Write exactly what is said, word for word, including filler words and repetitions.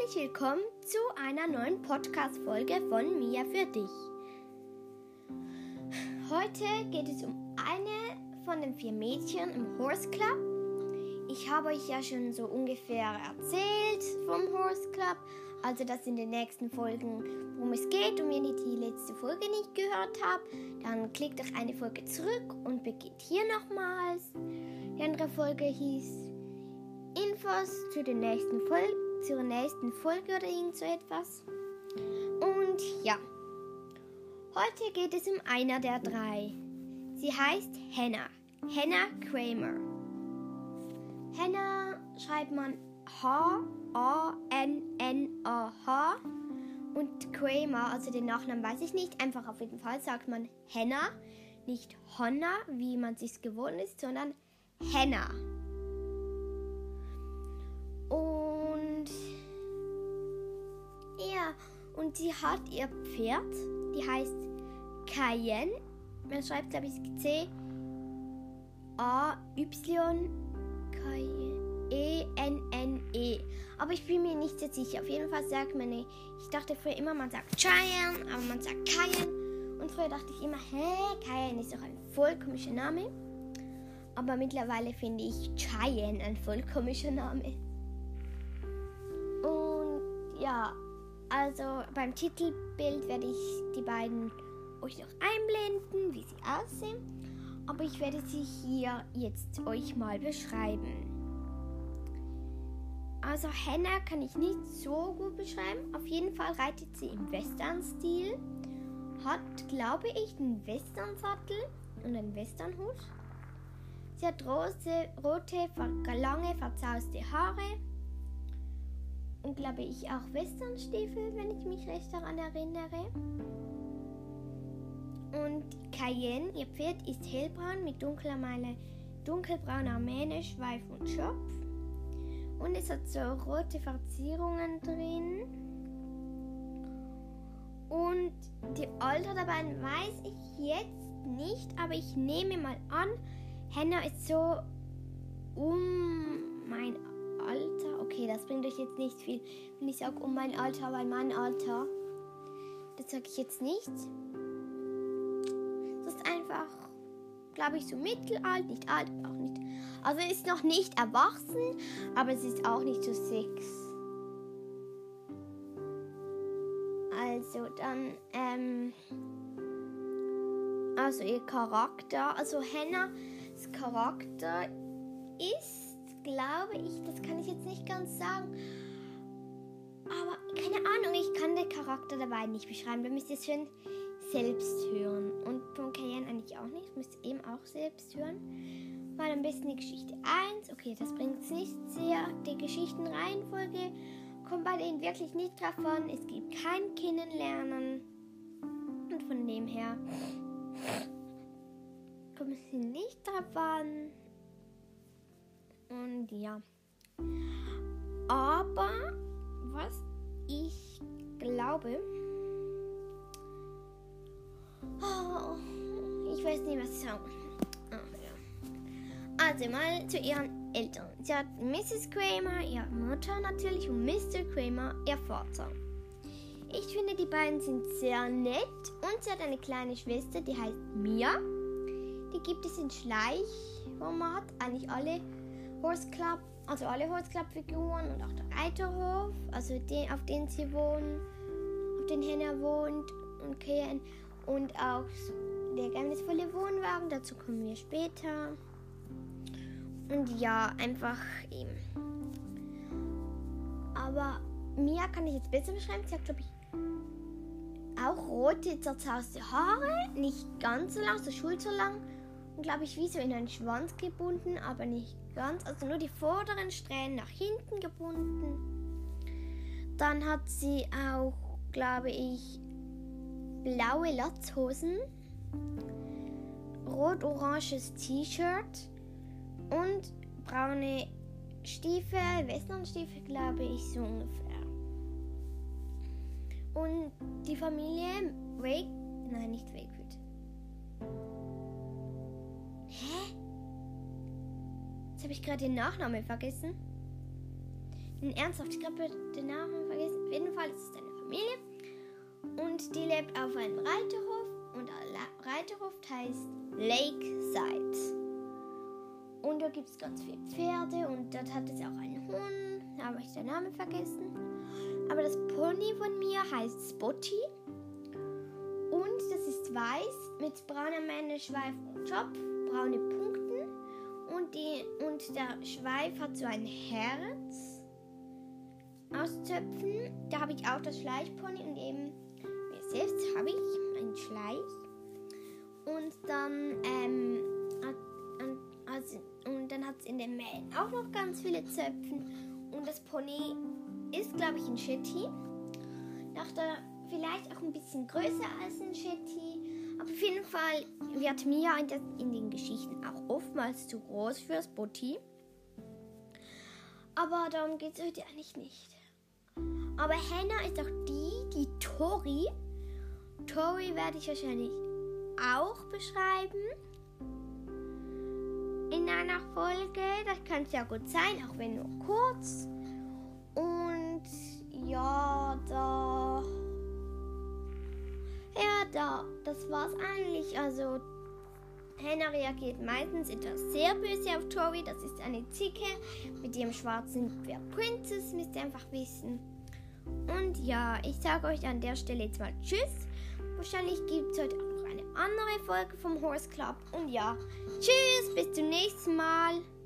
Herzlich willkommen zu einer neuen Podcast-Folge von Mia für dich. Heute geht es um eine von den vier Mädchen im Horse Club. Ich habe euch ja schon so ungefähr erzählt vom Horse Club, also das in den nächsten Folgen, worum es geht. Und wenn ihr die letzte Folge nicht gehört habt, dann klickt euch eine Folge zurück und beginnt hier nochmals. Die andere Folge hieß Infos zu den nächsten Folgen. zur nächsten Folge oder irgend so etwas. Und ja, heute geht es um einer der drei. Sie heißt Hannah. Hannah Kramer. Hannah schreibt man H A N N A H und Kramer, also den Nachnamen weiß ich nicht. Einfach auf jeden Fall sagt man Hannah, nicht Hannah, wie man sich gewohnt ist, sondern Hannah. Und sie hat ihr Pferd, die heißt Cayenne. Man schreibt, glaube ich, C A Y E N N E. Aber ich bin mir nicht so sicher. Auf jeden Fall sagt man nicht. Ich dachte früher immer, man sagt Cheyenne, aber man sagt Cayenne. Und früher dachte ich immer, hä, Cayenne ist doch ein voll komischer Name. Aber mittlerweile finde ich Cheyenne ein voll komischer Name. Und ja, also beim Titelbild werde ich die beiden euch noch einblenden, wie sie aussehen. Aber ich werde sie hier jetzt euch mal beschreiben. Also Hannah kann ich nicht so gut beschreiben. Auf jeden Fall reitet sie im Western-Stil. Hat, glaube ich, einen Western-Sattel und einen Western-Hut. Sie hat rote, rote lange, verzauste Haare. Und glaube ich auch Westernstiefel, wenn ich mich recht daran erinnere. Und Cayenne, ihr Pferd, ist hellbraun mit dunkler Meile, dunkelbrauner Mähne, Schweif und Schopf. Und es hat so rote Verzierungen drin. Und die Alter dabei weiß ich jetzt nicht, aber ich nehme mal an, Hannah ist so um mein Alter. Okay, das bringt euch jetzt nicht viel, wenn ich sage um mein Alter, weil mein Alter, das sage ich jetzt nicht. Das ist einfach, glaube ich, so mittelalt, nicht alt, auch nicht. Also ist noch nicht erwachsen, aber es ist auch nicht so six. Also dann, ähm, also ihr Charakter, also Hannahs Charakter ist, glaube ich, das kann ich jetzt nicht ganz sagen, aber keine Ahnung, ich kann den Charakter dabei nicht beschreiben, da müsst ihr es schon selbst hören und von Cayenne eigentlich auch nicht, müsst ihr eben auch selbst hören, weil am besten die Geschichte eins, okay, das bringt es nicht sehr, die Geschichtenreihenfolge kommt bei denen wirklich nicht drauf an, es gibt kein Kennenlernen und von dem her kommt sie nicht drauf an. Und ja, aber was ich glaube, oh, ich weiß nicht, was ich sagen. Oh, ja. Also mal zu ihren Eltern. Sie hat Misses Kramer, ihre Mutter natürlich, und Mister Kramer, ihr Vater. Ich finde, die beiden sind sehr nett und sie hat eine kleine Schwester, die heißt Mia. Die gibt es in Schleichformat, eigentlich alle Horse Club, also alle Horse Club Figuren und auch der Reiterhof, also den, auf den sie wohnen, auf den Hannah wohnt und Cayenne und auch der geheimnisvolle Wohnwagen, dazu kommen wir später. Und ja, einfach eben. Aber Mia kann ich jetzt besser beschreiben, sie hat, glaube ich, auch rote, zerzauste Haare, nicht ganz so lang, so schulterlang. Und glaube ich, wie so in einen Schwanz gebunden, aber nicht ganz. Also nur die vorderen Strähnen nach hinten gebunden. Dann hat sie auch, glaube ich, blaue Latzhosen, rot-oranges T-Shirt und braune Stiefel, Westernstiefel, glaube ich, so ungefähr. Und die Familie Wake, nein, nicht Wakefield. Hä? Jetzt habe ich gerade den Nachnamen vergessen. ernsthaft, ich glaube, den Namen vergessen. Auf jeden Fall ist es eine Familie. Und die lebt auf einem Reiterhof. Und der Reiterhof heißt Lakeside. Und da gibt es ganz viele Pferde. Und dort hat es auch einen Hund. Da habe ich den Namen vergessen. Aber das Pony von mir heißt Spotty. Und das ist weiß mit brauner Mähneschweif und Schopf, braune Punkten. Und, die, und der Schweif hat so ein Herz aus Zöpfen. Da habe ich auch das Schleichpony und eben mir selbst habe ich einen Schleich. Und dann, ähm, also, und dann hat es in den Mähen auch noch ganz viele Zöpfen. Und das Pony ist, glaube ich, ein Shetty. Nach der, vielleicht auch ein bisschen größer als ein Shetty. Aber auf jeden Fall wird Mia in, der, in den Geschichten auch oftmals zu groß für Spotty. Aber darum geht es heute eigentlich nicht. Aber Hannah ist auch die, die Tori. Tori werde ich wahrscheinlich auch beschreiben in einer Folge. Das kann es ja gut sein, auch wenn nur kurz. Und ja, da... Ja, da, das war's eigentlich. Also, Hannah reagiert meistens etwas sehr böse auf Tori. Das ist eine Zicke mit ihrem schwarzen Pferd Princess, müsst ihr einfach wissen. Und ja, ich sage euch an der Stelle jetzt mal Tschüss. Wahrscheinlich gibt es heute auch noch eine andere Folge vom Horse Club. Und ja, Tschüss, bis zum nächsten Mal.